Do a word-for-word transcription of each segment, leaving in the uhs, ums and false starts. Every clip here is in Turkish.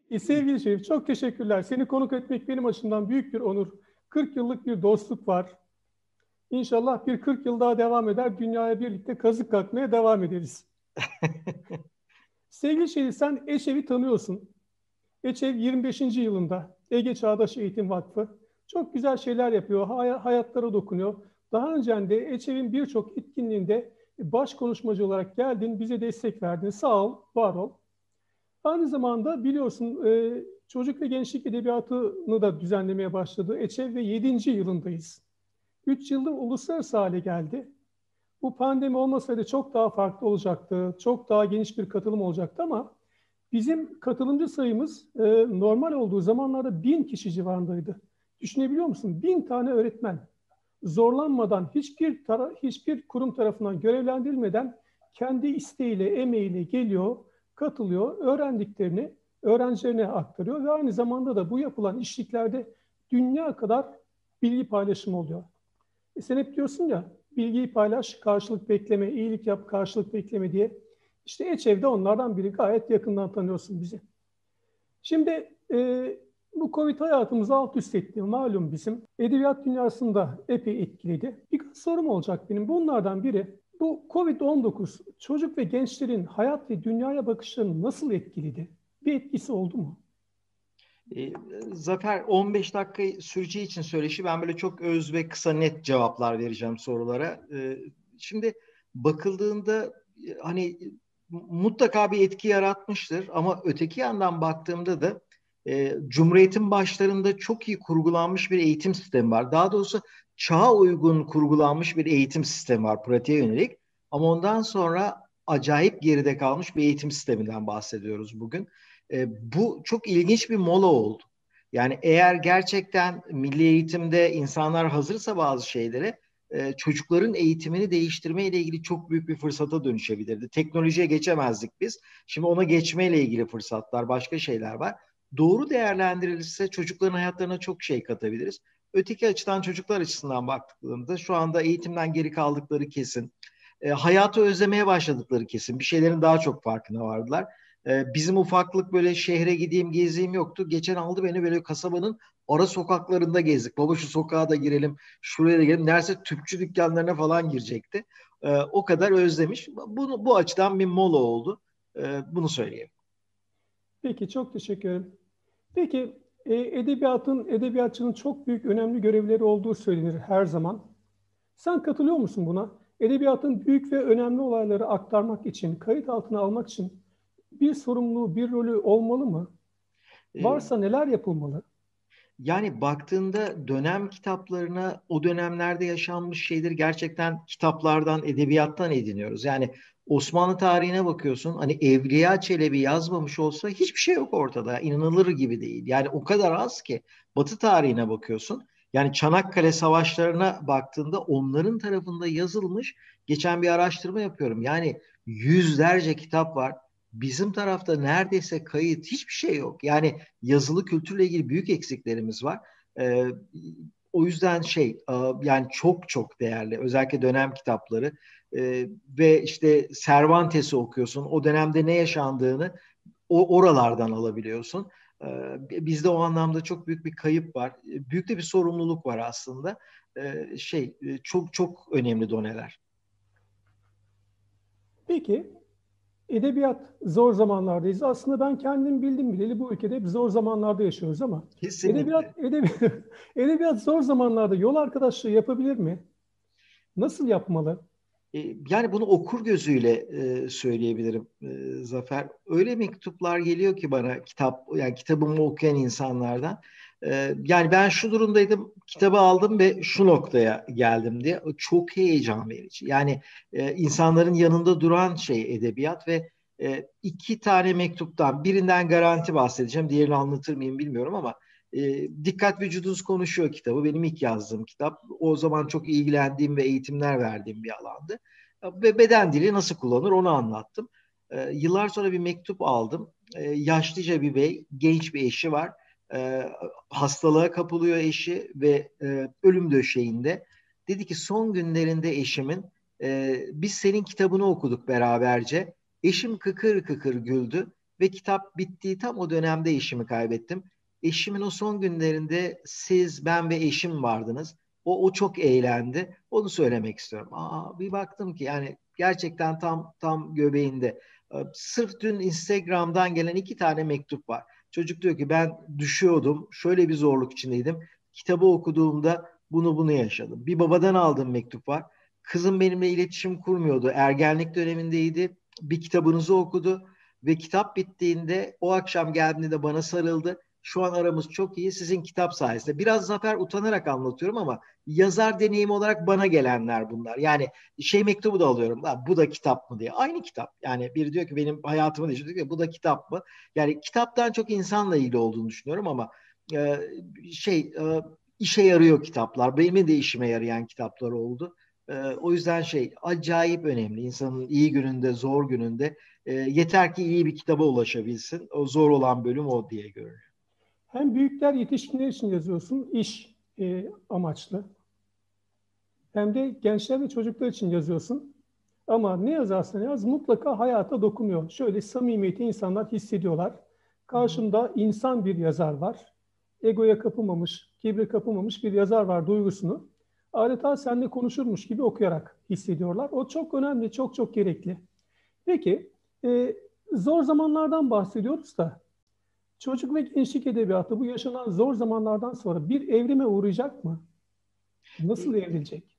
E, sevgili Şerif, çok teşekkürler. Seni konuk etmek benim açımdan büyük bir onur. kırk yıllık bir dostluk var. İnşallah bir kırk yıl daha devam eder. Dünyaya birlikte kazık kalkmaya devam ederiz. Sevgili Şerif, sen Eşev'i tanıyorsun. Eşev yirmi beşinci yılında Ege Çağdaş Eğitim Vakfı. Çok güzel şeyler yapıyor. Hay hayatlara dokunuyor. Daha önce de Eşev'in birçok etkinliğinde baş konuşmacı olarak geldin, bize destek verdin. Sağ ol, var ol. Aynı zamanda biliyorsun e, çocuk ve gençlik edebiyatını da düzenlemeye başladı. Eçev ve yedinci yılındayız. üç yıldır uluslararası hale geldi. Bu pandemi olmasaydı çok daha farklı olacaktı. Çok daha geniş bir katılım olacaktı ama bizim katılımcı sayımız e, normal olduğu zamanlarda bin kişi civarındaydı. Düşünebiliyor musun? Bin tane öğretmen zorlanmadan hiçbir tara hiçbir kurum tarafından görevlendirilmeden kendi isteğiyle, emeğiyle geliyor, katılıyor, öğrendiklerini öğrencilerine aktarıyor ve aynı zamanda da bu yapılan işliklerde dünya kadar bilgi paylaşımı oluyor. E sen hep diyorsun ya, bilgiyi paylaş, karşılık bekleme, iyilik yap, karşılık bekleme diye. İşte Eçev'de onlardan biri, gayet yakından tanıyorsun bizi. Şimdi e, bu Covid hayatımızı alt üst etti. Malum bizim. Edebiyat dünyasında epey etkiledi. Birkaç sorum olacak benim. Bunlardan biri, bu Covid on dokuz çocuk ve gençlerin hayat ve dünyaya bakışlarını nasıl etkiledi? Bir etkisi oldu mu? E, Zafer, on beş dakika süreceği için söyleşi, ben böyle çok öz ve kısa net cevaplar vereceğim sorulara. E, şimdi bakıldığında e, hani mutlaka bir etki yaratmıştır ama öteki yandan baktığımda da e, Cumhuriyet'in başlarında çok iyi kurgulanmış bir eğitim sistemi var. Daha doğrusu çağa uygun kurgulanmış bir eğitim sistemi var pratiğe yönelik. Ama ondan sonra acayip geride kalmış bir eğitim sisteminden bahsediyoruz bugün. E, bu çok ilginç bir mola oldu. Yani eğer gerçekten milli eğitimde insanlar hazırsa bazı şeylere, e, çocukların eğitimini değiştirme ile ilgili çok büyük bir fırsata dönüşebilirdi. Teknolojiye geçemezdik biz. Şimdi ona geçmeyle ilgili fırsatlar, başka şeyler var. Doğru değerlendirilirse çocukların hayatlarına çok şey katabiliriz. Öteki açıdan, çocuklar açısından baktıklarında şu anda eğitimden geri kaldıkları kesin. E, hayatı özlemeye başladıkları kesin. Bir şeylerin daha çok farkına vardılar. Ee, bizim ufaklık böyle şehre gideyim gezeyim yoktu. Geçen aldı beni, böyle kasabanın ara sokaklarında gezdik. Baba şu sokağa da girelim, şuraya da girelim. Neredeyse tüpçü dükkanlarına falan girecekti. Ee, o kadar özlemiş. Bunu, bu açıdan bir mola oldu. Ee, bunu söyleyeyim. Peki, çok teşekkür ederim. Peki, e, edebiyatın, edebiyatçının çok büyük önemli görevleri olduğu söylenir her zaman. Sen katılıyor musun buna? Edebiyatın büyük ve önemli olayları aktarmak için, kayıt altına almak için bir sorumluluğu, bir rolü olmalı mı? Ee, Varsa neler yapılmalı? Yani baktığında dönem kitaplarına, o dönemlerde yaşanmış şeyleri gerçekten kitaplardan, edebiyattan ediniyoruz. Yani Osmanlı tarihine bakıyorsun, hani Evliya Çelebi yazmamış olsa hiçbir şey yok ortada. İnanılır gibi değil. Yani o kadar az ki. Batı tarihine bakıyorsun. Yani Çanakkale savaşlarına baktığında onların tarafında yazılmış. Geçen bir araştırma yapıyorum. Yani yüzlerce kitap var. Bizim tarafta neredeyse kayıt hiçbir şey yok. Yani yazılı kültürle ilgili büyük eksiklerimiz var. Ee, O yüzden şey, yani çok çok değerli. Özellikle dönem kitapları. Ee, ve işte Cervantes'i okuyorsun. O dönemde ne yaşandığını o oralardan alabiliyorsun. Ee, Bizde o anlamda çok büyük bir kayıp var. Büyük de bir sorumluluk var aslında. Ee, şey, çok çok önemli doneler. Peki, edebiyat zor zamanlardayız. Aslında ben kendim bildim bileli bu ülkede hep zor zamanlarda yaşıyoruz ama Kesinlikle. edebiyat, edebiyat, edebiyat zor zamanlarda yol arkadaşlığı yapabilir mi? Nasıl yapmalı? E, Yani bunu okur gözüyle e, söyleyebilirim, e, Zafer. Öyle mektuplar geliyor ki bana, kitap, yani kitabımı okuyan insanlardan. E, yani ben şu durumdaydım, kitabı aldım ve şu noktaya geldim diye. O çok heyecan verici. Yani e, insanların yanında duran şey edebiyat ve e, iki tane mektuptan birinden garanti bahsedeceğim. Diğerini anlatır mıyım bilmiyorum ama e, Dikkat Vücudunuz Konuşuyor kitabı benim ilk yazdığım kitap. O zaman çok ilgilendiğim ve eğitimler verdiğim bir alandı. Ve beden dili nasıl kullanır onu anlattım. E, yıllar sonra bir mektup aldım. E, yaşlıca bir bey, genç bir eşi var. E, Hastalığa kapılıyor eşi ve e, ölüm döşeğinde. Dedi ki son günlerinde eşimin, e, biz senin kitabını okuduk beraberce. Eşim kıkır kıkır güldü. ve kitap bittiği tam o dönemde eşimi kaybettim. Eşimin o son günlerinde siz, ben ve eşim vardınız. O, o çok eğlendi. Onu söylemek istiyorum. Aa, bir baktım ki yani gerçekten tam tam göbeğinde. Ee, Sırf dün Instagram'dan gelen iki tane mektup var. Çocuk diyor ki ben düşüyordum, şöyle bir zorluk içindeydim. Kitabı okuduğumda bunu bunu yaşadım. Bir babadan aldığım mektup var. Kızım benimle iletişim kurmuyordu. Ergenlik dönemindeydi. Bir kitabınızı okudu ve kitap bittiğinde o akşam geldiğinde de bana sarıldı. Şu an aramız çok iyi sizin kitap sayesinde. Biraz Zafer utanarak anlatıyorum ama yazar deneyimi olarak bana gelenler bunlar. Yani şey mektubu da alıyorum. Lan bu da kitap mı diye. Aynı kitap. Yani biri diyor ki benim hayatımı değiştirdi. Diyor ki bu da kitap mı? Yani kitaptan çok insanla ilgili olduğunu düşünüyorum ama e, şey e, işe yarıyor kitaplar. Benim de işime yarayan kitaplar oldu. E, o yüzden şey acayip önemli. İnsanın iyi gününde, zor gününde e, yeter ki iyi bir kitaba ulaşabilsin. O zor olan bölüm o diye görünüyor. Hem büyükler yetişkinler için yazıyorsun, iş e, amaçlı. Hem de gençler ve çocuklar için yazıyorsun. Ama ne yazarsan yaz mutlaka hayata dokunuyor. Şöyle samimiyeti insanlar hissediyorlar. Hı hı. Karşımda insan bir yazar var. Egoya kapılmamış, kibre kapılmamış bir yazar var duygusunu. Adeta seninle konuşurmuş gibi okuyarak hissediyorlar. O çok önemli, çok çok gerekli. Peki, e, zor zamanlardan bahsediyoruz da çocuk ve gençlik edebiyatı bu yaşanan zor zamanlardan sonra bir evrime uğrayacak mı? Nasıl E, evrilecek?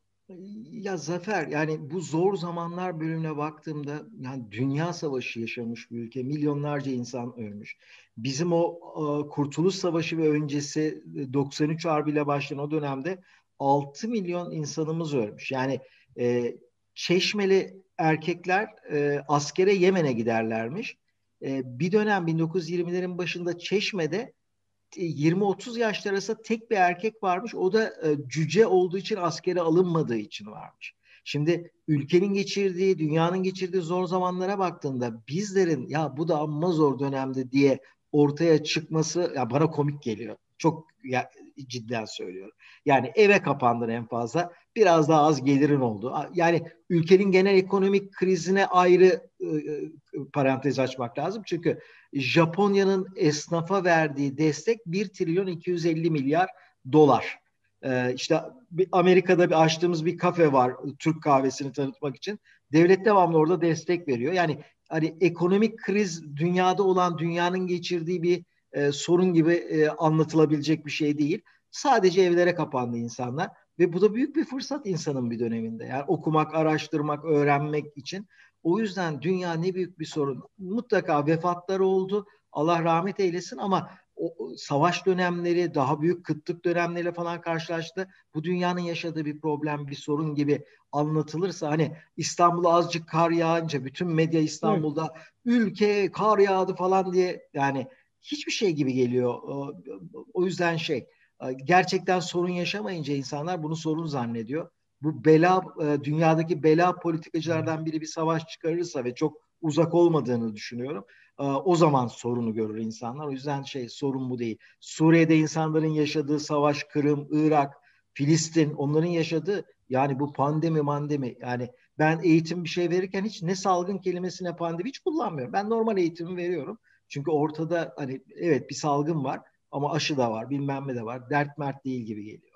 Ya Zafer yani bu zor zamanlar bölümüne baktığımda yani dünya savaşı yaşamış bir ülke. Milyonlarca insan ölmüş. Bizim o e, Kurtuluş Savaşı ve öncesi e, doksan üç Harbi ile başlayan o dönemde altı milyon insanımız ölmüş. Yani e, Çeşmeli erkekler e, askere Yemen'e giderlermiş. E, bir dönem bin dokuz yüz yirmilerin başında Çeşme'de yirmi otuz yaşlar arasında tek bir erkek varmış. O da e, cüce olduğu için askere alınmadığı için varmış. Şimdi ülkenin geçirdiği, dünyanın geçirdiği zor zamanlara baktığında bizlerin ya bu da amma zor dönemde diye ortaya çıkması ya bana komik geliyor. Çok ya, cidden söylüyorum. Yani eve kapandın en fazla. Biraz daha az gelirin oldu. Yani ülkenin genel ekonomik krizine ayrı e, e parantez açmak lazım. Çünkü Japonya'nın esnafa verdiği destek bir trilyon iki yüz elli milyar dolar. Ee, işte Amerika'da bir açtığımız bir kafe var Türk kahvesini tanıtmak için. Devlet devamlı orada destek veriyor. Yani hani ekonomik kriz dünyada olan dünyanın geçirdiği bir e, sorun gibi e, anlatılabilecek bir şey değil. Sadece evlere kapandı insanlar ve bu da büyük bir fırsat insanın bir döneminde. Yani okumak, araştırmak, öğrenmek için. O yüzden dünya ne büyük bir sorun. Mutlaka vefatlar oldu. Allah rahmet eylesin ama o, o savaş dönemleri, daha büyük kıtlık dönemleriyle falan karşılaştı. Bu dünyanın yaşadığı bir problem, bir sorun gibi anlatılırsa hani İstanbul'a azıcık kar yağınca bütün medya Evet. İstanbul'da ülke kar yağdı falan diye yani hiçbir şey gibi geliyor. O, o yüzden şey gerçekten sorun yaşamayınca insanlar bunu sorun zannediyor. Bu bela e, dünyadaki bela politikacılardan biri bir savaş çıkarırsa ve çok uzak olmadığını düşünüyorum. E, o zaman sorunu görür insanlar. O yüzden şey sorun bu değil. Suriye'de insanların yaşadığı savaş, Kırım, Irak, Filistin onların yaşadığı yani bu pandemi mandemi yani ben eğitim bir şey verirken hiç ne salgın kelimesi ne pandemi hiç kullanmıyorum. Ben normal eğitimi veriyorum. Çünkü ortada hani evet bir salgın var ama aşı da var bilmem ne de var. Dert mert değil gibi geliyor.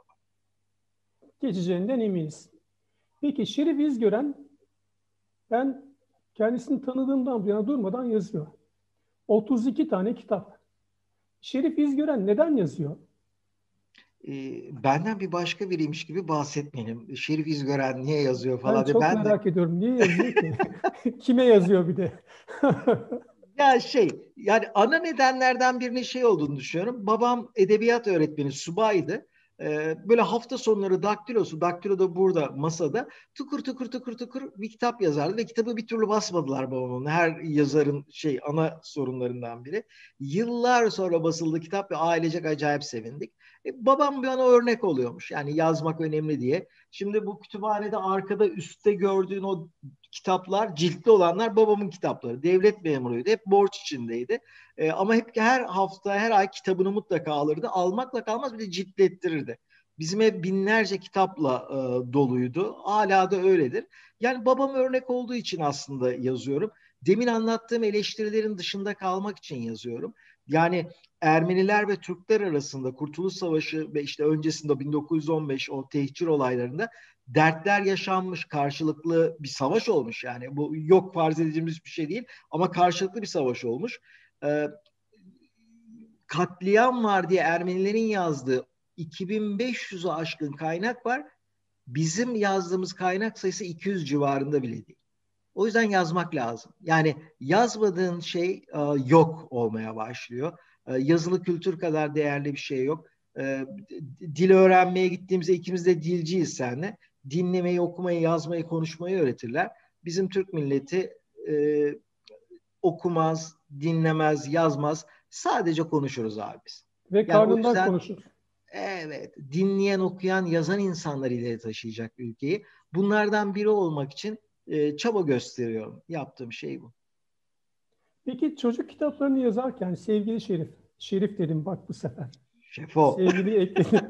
Geçeceğinden eminiz. Peki Şerif İzgören, ben kendisini tanıdığımdan bu yana durmadan yazıyor. otuz iki tane kitap. Şerif İzgören neden yazıyor? E, Benden bir başka biriymiş gibi bahsetmeyelim. Şerif İzgören niye yazıyor Ben falan diye. çok Ben de merak ediyorum. Niye yazıyor ki? Kime yazıyor bir de? ya şey yani ana nedenlerden birinin şey olduğunu düşünüyorum. Babam edebiyat öğretmeni, subaydı. Ee, böyle hafta sonları daktilosu, daktilo da burada masada tıkır tıkır tıkır tıkır bir kitap yazardı ve kitabı bir türlü basmadılar babamın. Her yazarın şey ana sorunlarından biri. Yıllar sonra basıldı kitap ve ailecek acayip sevindik. E, babam bir ana örnek oluyormuş. Yani yazmak önemli diye. Şimdi bu kütüphanede arkada üstte gördüğün o kitaplar, ciltli olanlar babamın kitapları. Devlet memuruydu. Hep borç içindeydi. E, ama hep her hafta, her ay kitabını mutlaka alırdı. Almakla kalmaz bir de ciltlettirirdi. Bizim ev binlerce kitapla e, doluydu. Hala da öyledir. Yani babam örnek olduğu için aslında yazıyorum. demin anlattığım eleştirilerin dışında kalmak için yazıyorum. Yani Ermeniler ve Türkler arasında Kurtuluş Savaşı ve işte öncesinde bin dokuz yüz on beş o tehcir olaylarında dertler yaşanmış, karşılıklı bir savaş olmuş. Yani bu yok farz edeceğimiz bir şey değil ama karşılıklı bir savaş olmuş. Ee, katliam var diye Ermenilerin yazdığı iki bin beş yüz'ü aşkın kaynak var. Bizim yazdığımız kaynak sayısı iki yüz civarında bile değil. O yüzden yazmak lazım. Yani yazmadığın şey e, yok olmaya başlıyor. E, yazılı kültür kadar değerli bir şey yok. E, dil öğrenmeye gittiğimizde ikimiz de dilciyiz seninle. Dinlemeyi, okumayı, yazmayı, konuşmayı öğretirler. Bizim Türk milleti e, okumaz, dinlemez, yazmaz. Sadece konuşuruz abi biz. Ve Yani o karnından yüzden konuşur. evet, dinleyen, okuyan, yazan insanlar ileri taşıyacak ülkeyi. Bunlardan biri olmak için e, çaba gösteriyorum. Yaptığım şey bu. Peki çocuk kitaplarını yazarken sevgili Şerif, Şerif dedim bak bu sefer. Şefo. Sevgili ekledim.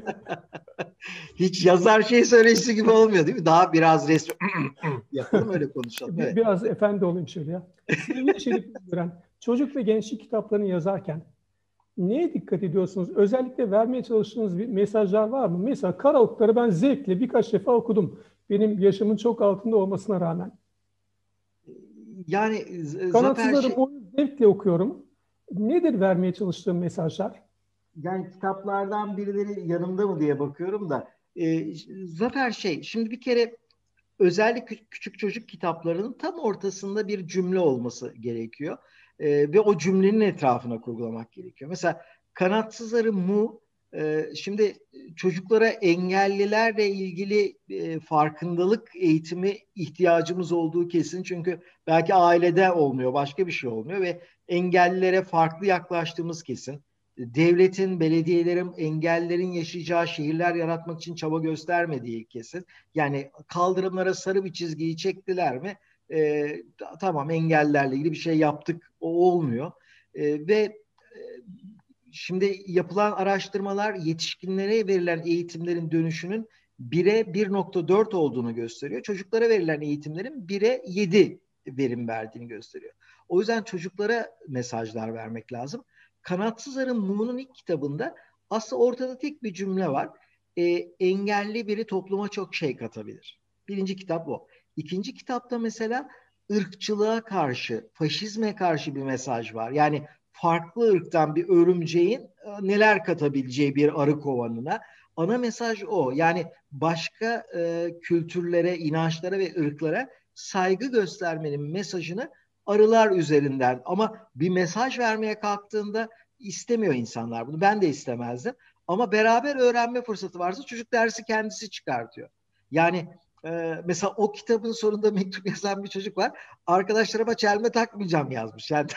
Hiç yazar şey söyleşisi gibi olmuyor değil mi? Daha biraz resmi yapalım öyle konuşalım. Bir- Evet. Biraz efendi olayım şöyle ya. Sevgili Şerif Gören, çocuk ve gençlik kitaplarını yazarken neye dikkat ediyorsunuz? Özellikle vermeye çalıştığınız bir mesajlar var mı? Mesela Karaokları ben zevkle birkaç defa okudum. Benim yaşımın çok altında olmasına rağmen. Yani Z- Zafer Kanatsızları şey, boyu zevkle okuyorum. Nedir vermeye çalıştığım mesajlar? yani kitaplardan birileri yanımda mı diye bakıyorum da e, Zafer şey, şimdi bir kere özellikle küçük çocuk kitaplarının tam ortasında bir cümle olması gerekiyor. Ee, ve o cümlenin etrafına kurgulamak gerekiyor. Mesela kanatsız arı mu, e, şimdi çocuklara engellilerle ilgili e, farkındalık eğitimi ihtiyacımız olduğu kesin. Çünkü belki ailede olmuyor, başka bir şey olmuyor ve engellilere farklı yaklaştığımız kesin. Devletin, belediyelerin engellilerin yaşayacağı şehirler yaratmak için çaba göstermediği kesin. Yani kaldırımlara sarı bir çizgiyi çektiler mi? E, tamam, engellerle ilgili bir şey yaptık. O olmuyor. E, ve e, şimdi yapılan araştırmalar yetişkinlere verilen eğitimlerin dönüşünün bire bir nokta dört olduğunu gösteriyor. Çocuklara verilen eğitimlerin bire yedi verim verdiğini gösteriyor. O yüzden çocuklara mesajlar vermek lazım. Kanatsız Arı Mu'nun ilk kitabında aslında ortada tek bir cümle var. E, engelli biri topluma çok şey katabilir. Birinci kitap o. İkinci kitapta mesela ırkçılığa karşı, faşizme karşı bir mesaj var. Yani farklı ırktan bir örümceğin e, neler katabileceği bir arı kovanına. Ana mesaj o. Yani başka e, kültürlere, inançlara ve ırklara saygı göstermenin mesajını arılar üzerinden, ama bir mesaj vermeye kalktığında istemiyor insanlar bunu. Ben de istemezdim. Ama beraber öğrenme fırsatı varsa çocuk dersi kendisi çıkartıyor. Yani e, mesela o kitabın sonunda mektup yazan bir çocuk var. Arkadaşlarıma çelme takmayacağım yazmış. Yani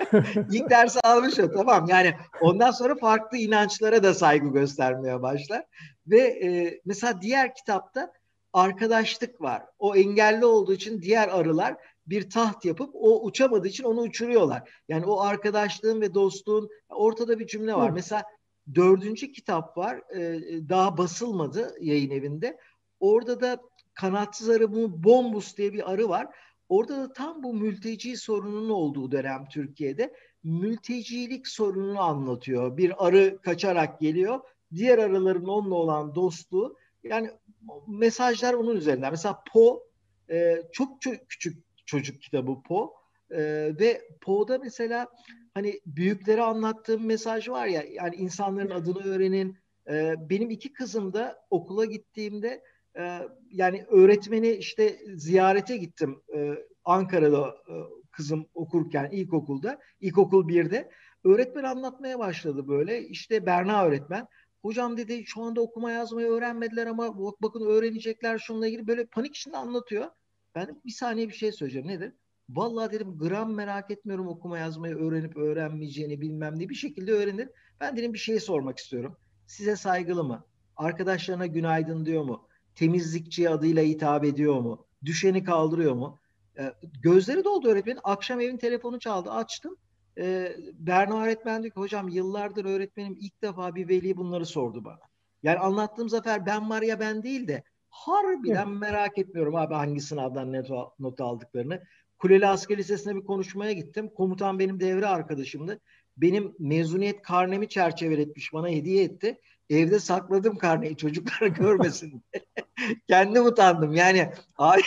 İlk dersi almış o, tamam. Yani ondan sonra farklı inançlara da saygı göstermeye başlar. Ve e, mesela diğer kitapta arkadaşlık var. O engelli olduğu için diğer arılar bir taht yapıp o uçamadığı için onu uçuruyorlar. Yani o arkadaşlığın ve dostluğun ortada bir cümle var. Mesela dördüncü kitap var. E, daha basılmadı yayın evinde. Orada da kanatsız arı, bu bombus diye bir arı var. Orada da tam bu mülteci sorununun olduğu dönem Türkiye'de mültecilik sorununu anlatıyor. Bir arı kaçarak geliyor. Diğer arıların onunla olan dostluğu. Yani mesajlar onun üzerinden. Mesela Po e, çok, çok küçük çocuk kitabı Po. E, ve Po'da mesela hani büyüklere anlattığım mesaj var ya, yani insanların adını öğrenin. E, benim iki kızım da okula gittiğimde e, yani öğretmeni işte ziyarete gittim. E, Ankara'da e, kızım okurken ilkokulda, ilkokul birde öğretmen anlatmaya başladı böyle. İşte Berna öğretmen. Hocam dedi, şu anda okuma yazmayı öğrenmediler ama bak, bakın öğrenecekler şununla ilgili, böyle panik içinde anlatıyor. Ben bir saniye bir şey söyleyeceğim. Nedir? Vallahi dedim, gram merak etmiyorum okuma yazmayı öğrenip öğrenmeyeceğini, bilmem ne, bir şekilde öğrenir. Ben dedim bir şey sormak istiyorum. Size saygılı mı? Arkadaşlarına günaydın diyor mu? Temizlikçi adıyla hitap ediyor mu? Düşeni kaldırıyor mu? E, gözleri doldu öğretmenin. Akşam evin telefonu çaldı. Açtım. E, Berna öğretmen diyor ki, hocam yıllardır öğretmenim ilk defa bir veli bunları sordu bana. Yani anlattığım Zafer, ben var ya ben değil de harbiden Evet. merak etmiyorum abi hangi sınavdan not, not aldıklarını. Kuleli Asker Lisesi'ne bir konuşmaya gittim. Komutan benim devre arkadaşımdı. Benim mezuniyet karnemi çerçeveletmiş, bana hediye etti. Evde sakladım karneyi, çocuklar görmesin diye. Kendim utandım. Yani ay,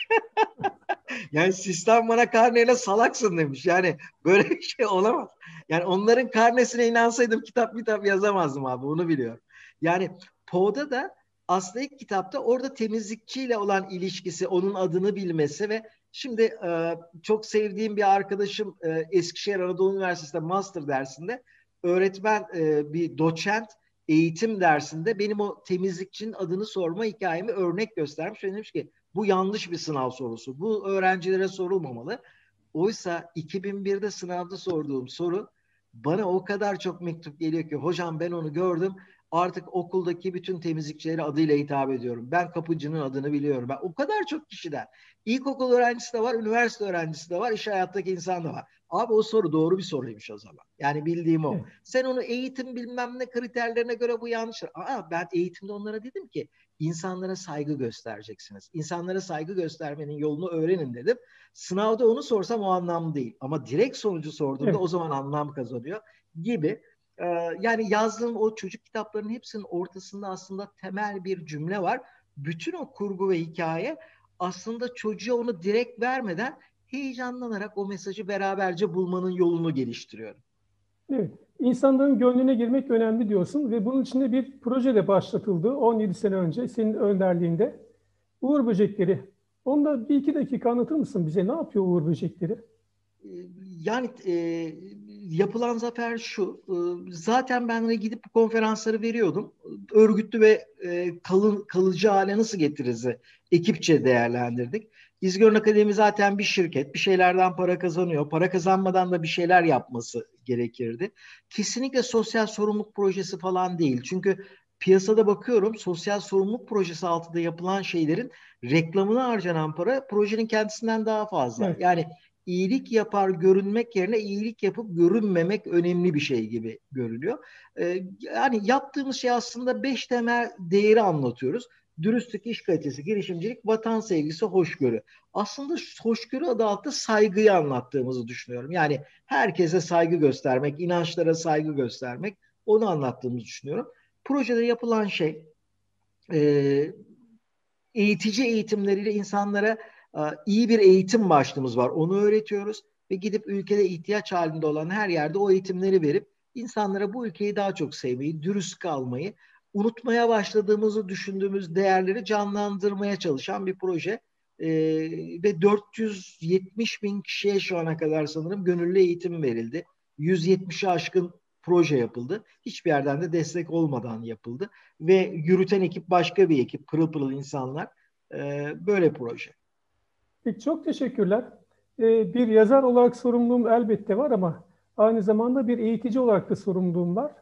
yani sistem bana karneyle salaksın demiş. Yani böyle bir şey olamaz. Yani onların karnesine inansaydım kitap kitap yazamazdım abi. Bunu biliyorum. Yani Poe'da da aslında ilk kitapta orada temizlikçiyle olan ilişkisi, onun adını bilmesi ve şimdi e, çok sevdiğim bir arkadaşım e, Eskişehir Anadolu Üniversitesi'nde master dersinde öğretmen, e, bir doçent eğitim dersinde benim o temizlikçinin adını sorma hikayemi örnek göstermiş ve demiş ki bu yanlış bir sınav sorusu. Bu öğrencilere sorulmamalı. Oysa iki bin birde sınavda sorduğum soru bana o kadar çok mektup geliyor ki hocam ben onu gördüm. Artık okuldaki bütün temizlikçilere adıyla hitap ediyorum. Ben kapıcının adını biliyorum. Ben o kadar çok kişiden. İlkokul öğrencisi de var, üniversite öğrencisi de var, iş hayattaki insan da var. Abi o soru doğru bir soruymuş o zaman. Yani bildiğim o. Evet. Sen onu eğitim bilmem ne kriterlerine göre bu yanlıştır. Aa, ben eğitimde onlara dedim ki insanlara saygı göstereceksiniz. İnsanlara saygı göstermenin yolunu öğrenin dedim. Sınavda onu sorsam o anlamlı değil. Ama direkt sonucu sorduğumda Evet. o zaman anlam kazanıyor gibi. Ee, yani yazdığım o çocuk kitaplarının hepsinin ortasında aslında temel bir cümle var. Bütün o kurgu ve hikaye aslında çocuğa onu direkt vermeden heyecanlanarak o mesajı beraberce bulmanın yolunu geliştiriyorum. Evet. İnsanların gönlüne girmek önemli diyorsun ve bunun için de bir proje de başlatıldı on yedi sene önce senin önderliğinde. Uğur Böcekleri. Onu da bir iki dakika anlatır mısın bize? Ne yapıyor Uğur Böcekleri? Yani e, yapılan zafer şu, e, zaten ben de gidip bu konferansları veriyordum. Örgütlü ve e, kalın, kalıcı hale nasıl getiririz? Ekipçe değerlendirdik. İzgör'ün Akademi zaten bir şirket, bir şeylerden para kazanıyor. Para kazanmadan da bir şeyler yapması gerekirdi. Kesinlikle sosyal sorumluluk projesi falan değil. Çünkü piyasada bakıyorum, sosyal sorumluluk projesi altında yapılan şeylerin reklamına harcanan para projenin kendisinden daha fazla. Evet. Yani iyilik yapar görünmek yerine iyilik yapıp görünmemek önemli bir şey gibi görülüyor. Ee, yani yaptığımız şey aslında beş temel değeri anlatıyoruz. Dürüstlük, iş kalitesi, girişimcilik, vatan sevgisi, hoşgörü. Aslında hoşgörü adı altında saygıyı anlattığımızı düşünüyorum. Yani herkese saygı göstermek, inançlara saygı göstermek, onu anlattığımızı düşünüyorum. Projede yapılan şey e, eğitici eğitimleriyle insanlara e, iyi bir eğitim başlığımız var. Onu öğretiyoruz ve gidip ülkede ihtiyaç halinde olan her yerde o eğitimleri verip insanlara bu ülkeyi daha çok sevmeyi, dürüst kalmayı, unutmaya başladığımızı düşündüğümüz değerleri canlandırmaya çalışan bir proje. Ee, ve dört yüz yetmiş bin kişiye şu ana kadar sanırım gönüllü eğitim verildi. yüz yetmişe aşkın proje yapıldı. Hiçbir yerden de destek olmadan yapıldı ve yürüten ekip başka bir ekip, pırıl pırıl insanlar. Ee, böyle proje. Peki, çok teşekkürler. Ee, bir yazar olarak sorumluluğum elbette var ama aynı zamanda bir eğitici olarak da sorumluluğum var.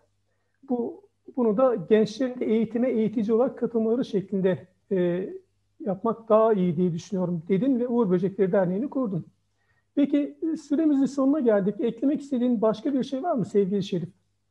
Bu bunu da gençlerin eğitime eğitici olarak katılmaları şeklinde e, yapmak daha iyi diye düşünüyorum dedin ve Uğur Böcekleri Derneği'ni kurdun. Peki, süremizin sonuna geldik. Eklemek istediğin başka bir şey var mı sevgili Şerif?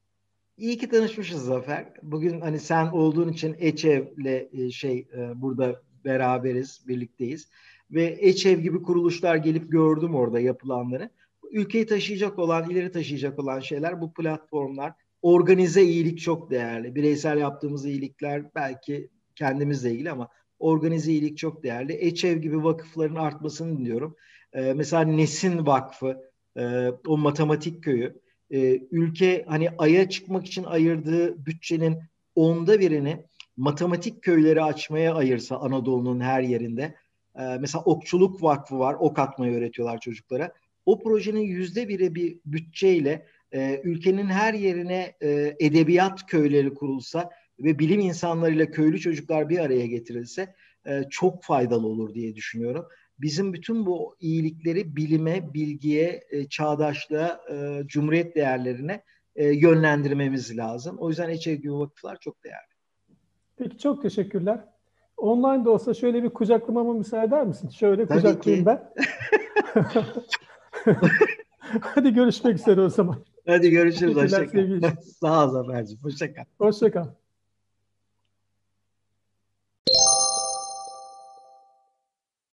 İyi ki tanışmışız Zafer. Bugün hani sen olduğun için Eçev'le e, şey e, burada beraberiz, birlikteyiz. Ve Eçev gibi kuruluşlar gelip gördüm orada yapılanları. Ülkeyi taşıyacak olan, ileri taşıyacak olan şeyler bu platformlar. Organize iyilik çok değerli. Bireysel yaptığımız iyilikler belki kendimizle ilgili ama organize iyilik çok değerli. Eçev gibi vakıfların artmasını diliyorum. E, mesela Nesin Vakfı, e, o matematik köyü, e, ülke hani Ay'a çıkmak için ayırdığı bütçenin onda birini matematik köyleri açmaya ayırsa Anadolu'nun her yerinde. E, mesela Okçuluk Vakfı var. Ok atmayı öğretiyorlar çocuklara. O projenin yüzde biri bir bütçeyle e, ülkenin her yerine e, edebiyat köyleri kurulsa ve bilim insanlarıyla köylü çocuklar bir araya getirilse e, çok faydalı olur diye düşünüyorum. Bizim bütün bu iyilikleri bilime, bilgiye, e, çağdaşlığa, e, cumhuriyet değerlerine e, yönlendirmemiz lazım. O yüzden Eçev gibi vakıflar çok değerli. Peki, çok teşekkürler. Online de olsa şöyle bir kucaklamama müsaade eder misin? Şöyle Tabii kucaklayayım ki. ben. Hadi görüşmek üzere o zaman. Hadi görüşürüz. Teşekkürler Hoşça kal. sevgili. Sağ ol Zafer'cim. Hoşça kal. Hoşça kal.